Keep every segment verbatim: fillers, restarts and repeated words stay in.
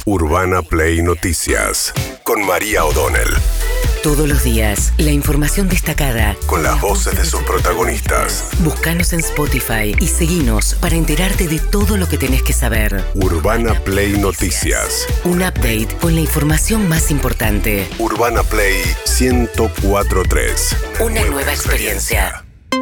Urbana Play Noticias con María O'Donnell. Todos los días, la información destacada Con las voces de sus protagonistas. Búscanos en Spotify y seguinos para enterarte de todo lo que tenés que saber. Urbana Play Noticias. Un update con la información más importante. Urbana Play ciento cuatro punto tres. Una nueva experiencia.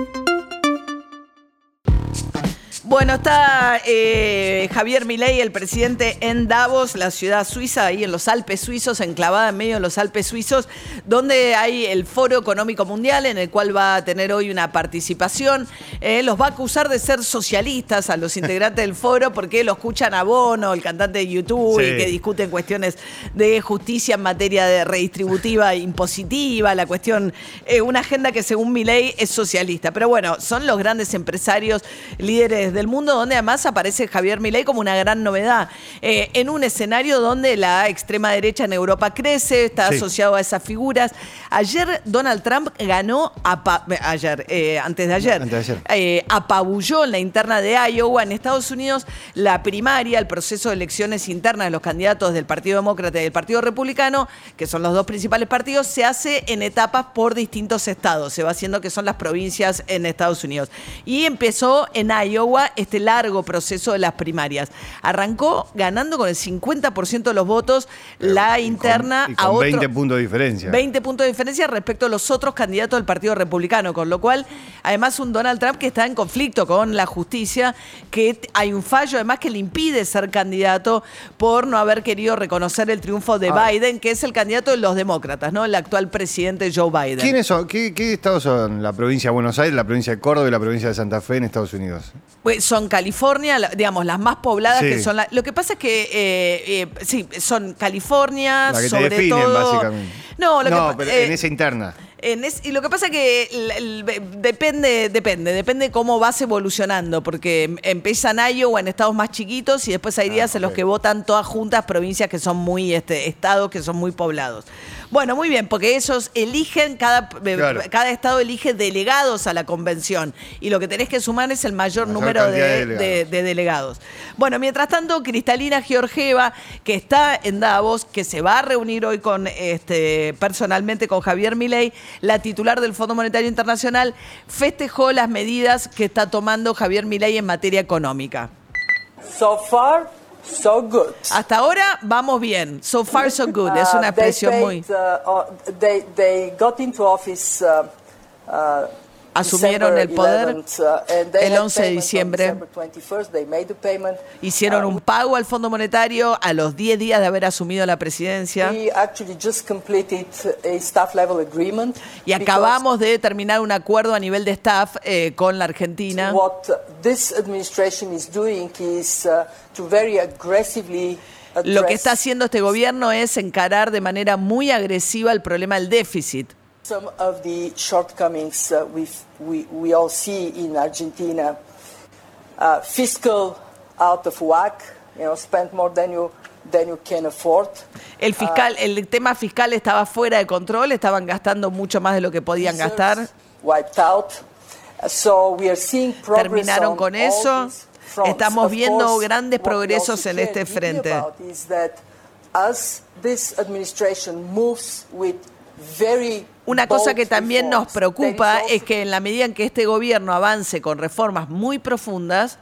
Bueno, está eh, Javier Milei, el presidente, en Davos, la ciudad suiza, ahí en los Alpes suizos, enclavada en medio de los Alpes suizos, donde hay el Foro Económico Mundial, en el cual va a tener hoy una participación. Eh, los va a acusar de ser socialistas a los integrantes del foro, porque lo escuchan a Bono, el cantante de YouTube, sí, y que discuten cuestiones de justicia en materia de redistributiva e impositiva, la cuestión, eh, una agenda que según Milei es socialista. Pero bueno, son los grandes empresarios, líderes del mundo, donde además aparece Javier Milei como una gran novedad, eh, en un escenario donde la extrema derecha en Europa crece, está sí. asociado a esas figuras. Ayer Donald Trump ganó, apa, ayer, eh, antes de ayer, antes de ayer. Eh, apabulló en la interna de Iowa, en Estados Unidos, la primaria, el proceso de elecciones internas de los candidatos del Partido Demócrata y del Partido Republicano, que son los dos principales partidos, se hace en etapas por distintos estados, se va haciendo que son las provincias en Estados Unidos. Y empezó en Iowa este largo proceso de las primarias. Arrancó ganando con el cincuenta por ciento de los votos. Pero la interna con, y con a otro, veinte puntos de diferencia. veinte puntos de diferencia respecto a los otros candidatos del Partido Republicano, con lo cual, además, un Donald Trump que está en conflicto con la justicia, que hay un fallo además que le impide ser candidato por no haber querido reconocer el triunfo de ah. Biden, que es el candidato de los demócratas, ¿no? El actual presidente Joe Biden. ¿Quiénes son? ¿Qué, qué estados son? La provincia de Buenos Aires, la provincia de Córdoba y la provincia de Santa Fe en Estados Unidos. Pues son California, digamos, las más pobladas, sí. que son la, lo que pasa es que eh, eh, sí, son California, la que sobre te definen, todo. Básicamente. No, lo no que, pero eh, en esa interna. En es, y lo que pasa es que el, el, depende, depende, depende cómo vas evolucionando, porque empiezan Iowa en estados más chiquitos y después hay días ah, okay. en los que votan todas juntas provincias que son muy, este, estados que son muy poblados. Bueno, muy bien, porque ellos eligen, cada, claro. cada estado elige delegados a la convención y lo que tenés que sumar es el mayor, mayor número de, de, delegados. De, de delegados. Bueno, mientras tanto, Cristalina Georgieva, que está en Davos, que se va a reunir hoy con este, personalmente con Javier Milei, la titular del Fondo Monetario Internacional, festejó las medidas que está tomando Javier Milei en materia económica. So far, so good. Hasta ahora vamos bien. So far, so good. Es una expresión uh, muy... Uh, they, they got into office, uh, uh, asumieron el poder el once de diciembre. Hicieron un pago al Fondo Monetario a los diez días de haber asumido la presidencia. Y acabamos de terminar un acuerdo a nivel de staff eh, con la Argentina. Lo que está haciendo este gobierno es encarar de manera muy agresiva el problema del déficit. Some of the shortcomings uh, we we we all see in Argentina, uh, fiscal out of whack, you know, spend more than you than you can afford. El fiscal, uh, el tema fiscal estaba fuera de control, estaban gastando mucho más de lo que podían gastar. Wiped out. So we are seeing progress. Terminaron con eso. Estamos viendo grandes progresos en este frente. As this administration moves with very Una cosa que también nos preocupa es que en la medida en que este gobierno avance con reformas muy profundas,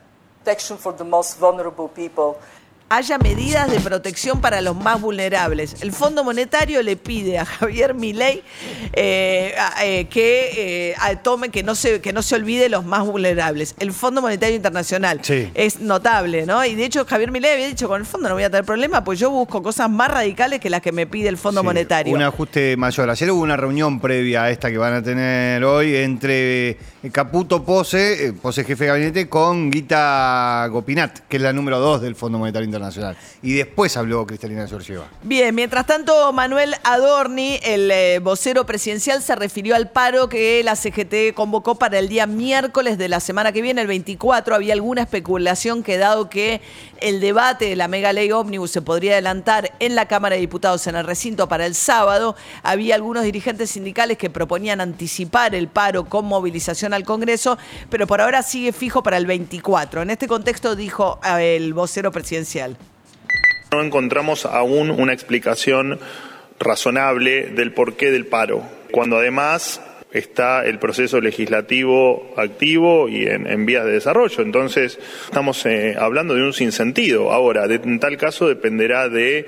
haya medidas de protección para los más vulnerables. El Fondo Monetario le pide a Javier Milei eh, eh, que eh, tome, que no se que no se olvide los más vulnerables. El Fondo Monetario Internacional sí. es notable, ¿no? Y de hecho Javier Milei había dicho, con el fondo no voy a tener problema, pues yo busco cosas más radicales que las que me pide el Fondo sí, Monetario. Un ajuste mayor. Ayer hubo una reunión previa a esta que van a tener hoy entre Caputo Pose, Pose jefe de gabinete, con Guita Gopinath, que es la número dos del Fondo Monetario Internacional. Y después habló Cristalina Georgieva. Bien, mientras tanto, Manuel Adorni, el eh, vocero presidencial, se refirió al paro que la C G T convocó para el día miércoles de la semana que viene, el veinticuatro. Había alguna especulación que, dado que el debate de la mega ley ómnibus se podría adelantar en la Cámara de Diputados, en el recinto, para el sábado, había algunos dirigentes sindicales que proponían anticipar el paro con movilización al Congreso, pero por ahora sigue fijo para el veinticuatro. En este contexto dijo el vocero presidencial. No encontramos aún una explicación razonable del porqué del paro, cuando además está el proceso legislativo activo y en, en vías de desarrollo. Entonces, estamos eh, hablando de un sinsentido. Ahora, de, en tal caso dependerá de,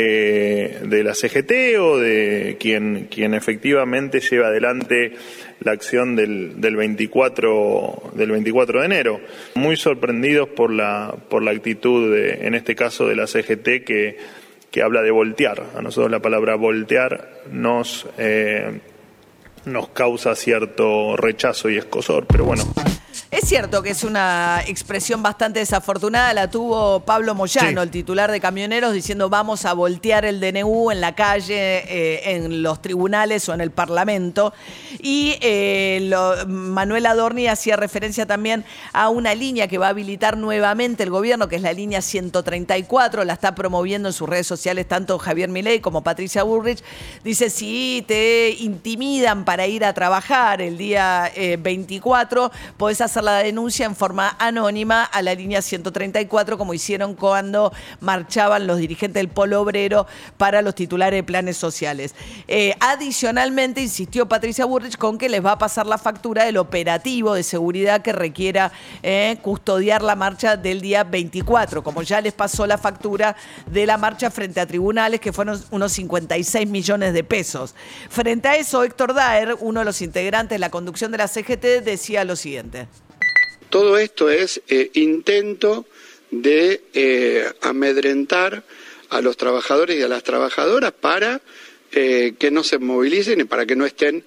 eh, de la C G T o de quien, quien efectivamente lleva adelante la acción del, del, veinticuatro, del veinticuatro de enero. Muy sorprendidos por la, por la actitud, de, en este caso, de la C G T que, que habla de voltear. A nosotros la palabra voltear nos... Eh, nos causa cierto rechazo y escozor, pero bueno. Es cierto que es una expresión bastante desafortunada, la tuvo Pablo Moyano, sí, el titular de Camioneros, diciendo vamos a voltear el D N U en la calle, eh, en los tribunales o en el Parlamento. Y eh, lo, Manuel Adorni hacía referencia también a una línea que va a habilitar nuevamente el gobierno, que es la línea ciento treinta y cuatro, la está promoviendo en sus redes sociales tanto Javier Milei como Patricia Bullrich. Dice, si te intimidan para ir a trabajar el día eh, veinticuatro, podés hacer la denuncia en forma anónima a la línea ciento treinta y cuatro, como hicieron cuando marchaban los dirigentes del Polo Obrero para los titulares de planes sociales. Eh, adicionalmente, insistió Patricia Bullrich con que les va a pasar la factura del operativo de seguridad que requiera eh, custodiar la marcha del día veinticuatro, como ya les pasó la factura de la marcha frente a tribunales, que fueron unos cincuenta y seis millones de pesos. Frente a eso, Héctor Daer, uno de los integrantes de la conducción de la C G T, decía lo siguiente. Todo esto es eh, intento de eh, amedrentar a los trabajadores y a las trabajadoras para eh, que no se movilicen y para que no estén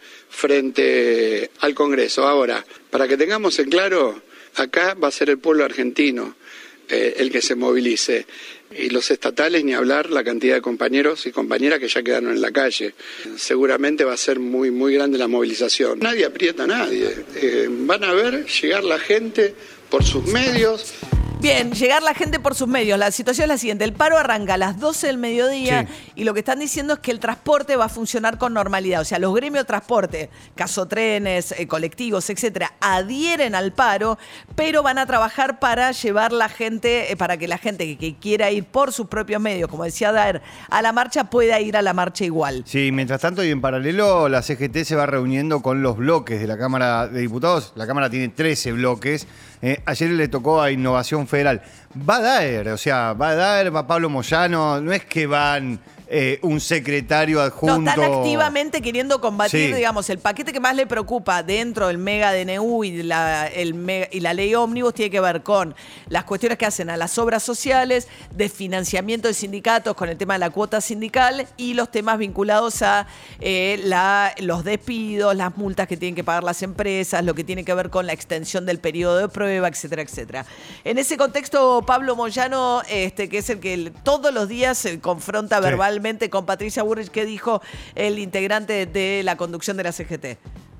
frente al Congreso. Ahora, para que tengamos en claro, acá va a ser el pueblo argentino eh, el que se movilice. Y los estatales, ni hablar, la cantidad de compañeros y compañeras que ya quedaron en la calle. Seguramente va a ser muy, muy grande la movilización. Nadie aprieta a nadie. Eh, van a ver llegar la gente por sus medios. Bien, llegar la gente por sus medios. La situación es la siguiente. El paro arranca a las doce del mediodía, sí, y lo que están diciendo es que el transporte va a funcionar con normalidad. O sea, los gremios de transporte, caso trenes, eh, colectivos, etcétera, adhieren al paro, pero van a trabajar para llevar la gente, eh, para que la gente que, que quiera ir por sus propios medios, como decía Daer, a la marcha, pueda ir a la marcha igual. Sí, mientras tanto y en paralelo, la C G T se va reuniendo con los bloques de la Cámara de Diputados. La Cámara tiene trece bloques. Eh, ayer le tocó a Innovación Federal. Va Daer, o sea, va Daer, va Pablo Moyano, no es que van eh, un secretario adjunto. No, están activamente queriendo combatir, sí, digamos, el paquete que más le preocupa dentro del mega D N U y la, el mega, y la ley ómnibus tiene que ver con las cuestiones que hacen a las obras sociales, de financiamiento de sindicatos con el tema de la cuota sindical y los temas vinculados a eh, la, los despidos, las multas que tienen que pagar las empresas, lo que tiene que ver con la extensión del periodo de prueba, etcétera, etcétera. En ese contexto, Pablo Moyano, este, que es el que todos los días se confronta, sí, verbalmente con Patricia Bullrich, ¿qué dijo el integrante de la conducción de la C G T?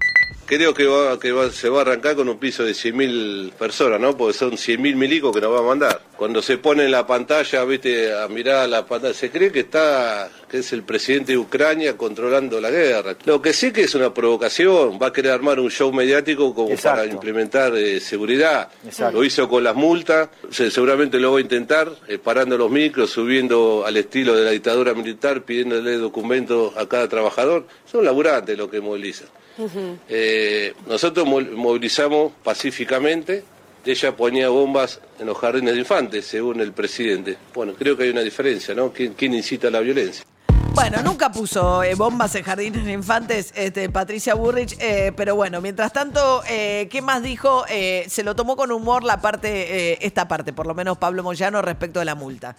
Creo que, va, que va, se va a arrancar con un piso de cien mil personas, ¿no? Porque son cien mil milicos que nos va a mandar. Cuando se pone en la pantalla, viste, a mirar la pantalla, se cree que está, que es el presidente de Ucrania controlando la guerra. Lo que sí que es una provocación, va a querer armar un show mediático como, exacto, para implementar eh, seguridad. Exacto. Lo hizo con las multas, se, seguramente lo va a intentar, eh, parando los micros, subiendo al estilo de la dictadura militar, pidiéndole documentos a cada trabajador. Son laburantes los que movilizan. Uh-huh. Eh, nosotros movilizamos pacíficamente. Ella ponía bombas en los jardines de infantes, según el presidente. Bueno, creo que hay una diferencia, ¿no? ¿Quién, quién incita a la violencia? Bueno, nunca puso eh, bombas en jardines de infantes, este, Patricia Bullrich, eh, pero bueno, mientras tanto, eh, ¿qué más dijo? Eh, se lo tomó con humor la parte, eh, esta parte, por lo menos Pablo Moyano, respecto de la multa.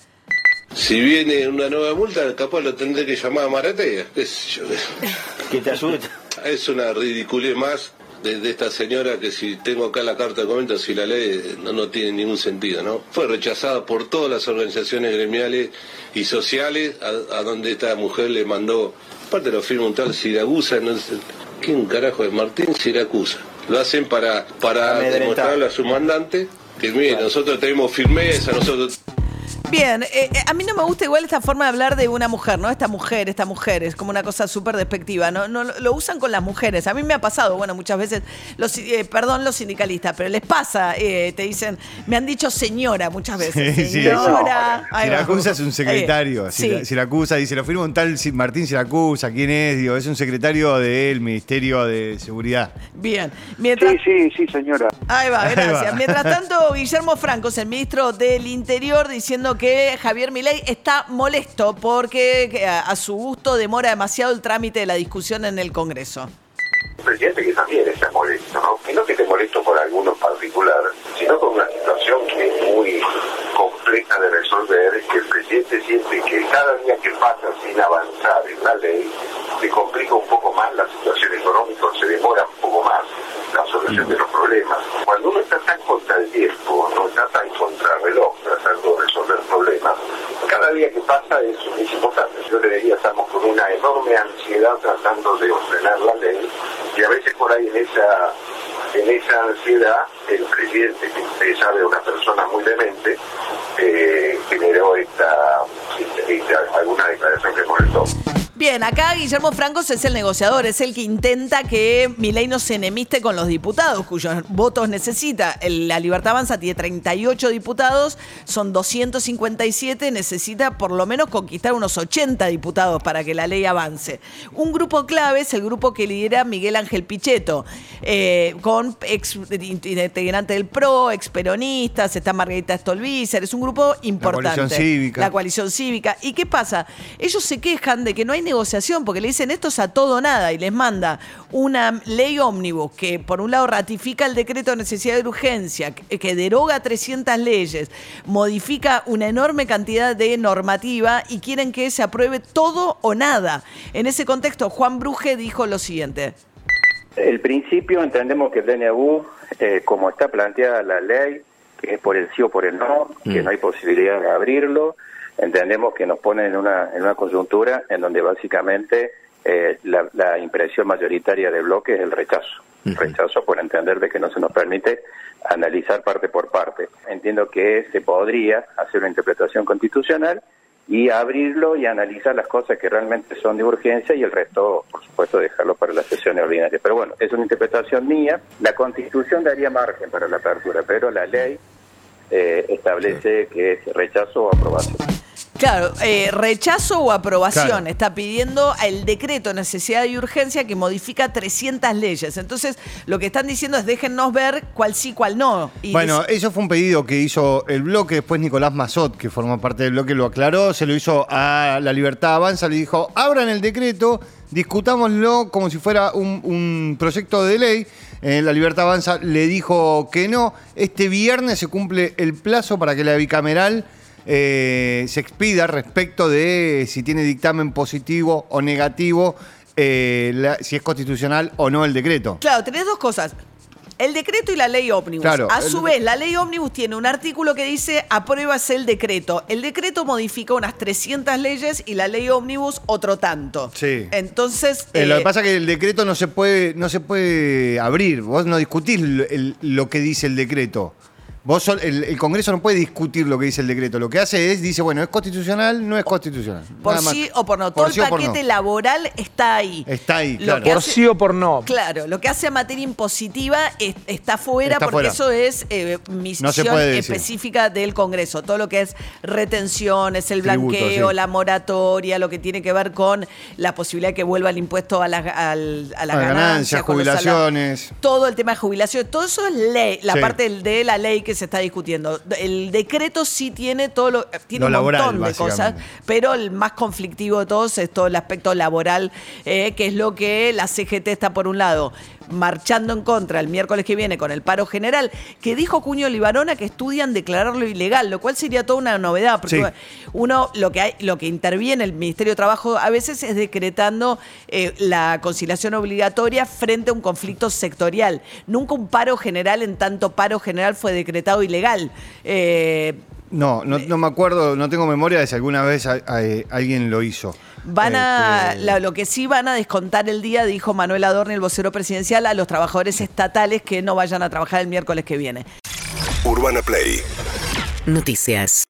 Si viene una nueva multa, capaz lo tendré que llamar a Maratea, qué sé yo. Que te ayude. Es una ridiculez más de, de esta señora que si tengo acá la carta de comento, si la ley no, no tiene ningún sentido, ¿no? Fue rechazada por todas las organizaciones gremiales y sociales a, a donde esta mujer le mandó, aparte lo firma un tal Siracusa, no sé, ¿quién carajo es Martín Siracusa? Lo hacen para, para demostrarle a su mandante que mire, claro, nosotros tenemos firmeza, nosotros... Bien, eh, a mí no me gusta igual esta forma de hablar de una mujer, ¿no? Esta mujer, esta mujer, es como una cosa súper despectiva, ¿no? No, lo usan con las mujeres. A mí me ha pasado, bueno, muchas veces, los, eh, perdón los sindicalistas, pero les pasa, eh, te dicen, me han dicho señora muchas veces. Sí, señora. Sí, Siracusa es un secretario. Eh, sí. Siracusa dice, lo firma un tal Martín Siracusa, ¿quién es? Digo, es un secretario del Ministerio de Seguridad. Bien. Mientras... Sí, sí, sí, señora. Ahí va, gracias. Ahí va. Mientras tanto, Guillermo Francos, el ministro del Interior, diciendo que Javier Milei está molesto porque a, a su gusto demora demasiado el trámite de la discusión en el Congreso. Un presidente que también está molesto, ¿no? Y no que esté molesto por alguno en particular, sino con una situación que es muy compleja de resolver, que el presidente siente que cada día que pasa sin avanzar en la ley, se complica un poco más la situación económica, se demora un poco más la solución de los problemas. Cuando uno está tan contra el tiempo, no está tan contra el reloj tratando de resolver problemas, cada día que pasa es, es importante. Yo le diría, estamos con una enorme ansiedad tratando de ordenar la ley, y a veces por ahí en esa en esa ansiedad el presidente, que usted sabe, es una persona muy demente, eh, generó esta, esta alguna declaración que molestó. Bien, acá Guillermo Francos es el negociador, es el que intenta que Milei no se enemiste con los diputados, cuyos votos necesita. El, la Libertad Avanza tiene treinta y ocho diputados, son doscientos cincuenta y siete, necesita por lo menos conquistar unos ochenta diputados para que la ley avance. Un grupo clave es el grupo que lidera Miguel Ángel Pichetto, eh, con ex integrante del P R O, ex peronistas, está Margarita Stolbizer, es un grupo importante. La coalición cívica. La coalición cívica. ¿Y qué pasa? Ellos se quejan de que no hay negociación, porque le dicen esto es a todo o nada, y les manda una ley ómnibus que por un lado ratifica el decreto de necesidad de urgencia, que, que deroga trescientas leyes, modifica una enorme cantidad de normativa y quieren que se apruebe todo o nada. En ese contexto, Juan Bruje dijo lo siguiente. El principio entendemos que el D N U, eh, como está planteada la ley, que es por el sí o por el no, mm. que no hay posibilidad de abrirlo, entendemos que nos pone en una en una coyuntura en donde básicamente eh, la, la impresión mayoritaria del bloque es el rechazo. Uh-huh. Rechazo por entender de que no se nos permite analizar parte por parte. Entiendo que se podría hacer una interpretación constitucional y abrirlo y analizar las cosas que realmente son de urgencia y el resto, por supuesto, dejarlo para las sesiones ordinarias. Pero bueno, es una interpretación mía. La Constitución daría margen para la apertura, pero la ley eh, establece que es rechazo o aprobación. Claro, eh, rechazo o aprobación. Claro. Está pidiendo el decreto de necesidad y urgencia que modifica trescientas leyes. Entonces, lo que están diciendo es déjennos ver cuál sí, cuál no. Y bueno, es... eso fue un pedido que hizo el bloque. Después Nicolás Massot, que forma parte del bloque, lo aclaró. Se lo hizo a La Libertad Avanza. Le dijo, abran el decreto, discutámoslo como si fuera un, un proyecto de ley. Eh, La Libertad Avanza le dijo que no. Este viernes se cumple el plazo para que la bicameral Eh, se expida respecto de si tiene dictamen positivo o negativo, eh, la, si es constitucional o no el decreto. Claro, tenés dos cosas. El decreto y la ley ómnibus. Claro, a su el... vez, la ley ómnibus tiene un artículo que dice apruébase el decreto. El decreto modifica unas trescientas leyes y la ley ómnibus otro tanto. Sí. Entonces... Eh, eh, lo que pasa es que el decreto no se puede, no se puede abrir. Vos no discutís el, el, lo que dice el decreto. Vos sol, el, el Congreso no puede discutir lo que dice el decreto. Lo que hace es, dice, bueno, ¿es constitucional? No es constitucional. Por sí o por no. Todo el paquete laboral está ahí. Está ahí, claro. Por sí o por no. Claro, lo que hace a materia impositiva es, está fuera Está porque fuera. eso es eh, misión No específica del Congreso. Todo lo que es retenciones, el Tributo, blanqueo, sí. la moratoria, lo que tiene que ver con la posibilidad de que vuelva el impuesto a las, al, a las A ganancias, ganancias, con los salarios. jubilaciones. Todo el tema de jubilación, todo eso es ley, la Sí. parte de la ley que se está discutiendo. El decreto sí tiene todo lo, tiene Lo un laboral, montón de cosas, básicamente. pero el más conflictivo de todos es todo el aspecto laboral, eh, que es lo que la C G T está por un lado marchando en contra el miércoles que viene con el paro general, que dijo Cuño Libarona que estudian declararlo ilegal, lo cual sería toda una novedad, porque Sí. uno lo que hay, lo que interviene el Ministerio de Trabajo a veces es decretando eh, la conciliación obligatoria frente a un conflicto sectorial. Nunca un paro general, en tanto paro general fue decretado ilegal. Eh, No, no, no me acuerdo, no tengo memoria de si alguna vez a, a, alguien lo hizo. Van a, Este... la, lo que sí van a descontar el día, dijo Manuel Adorni, el vocero presidencial, a los trabajadores estatales que no vayan a trabajar el miércoles que viene. Urbana Play. Noticias.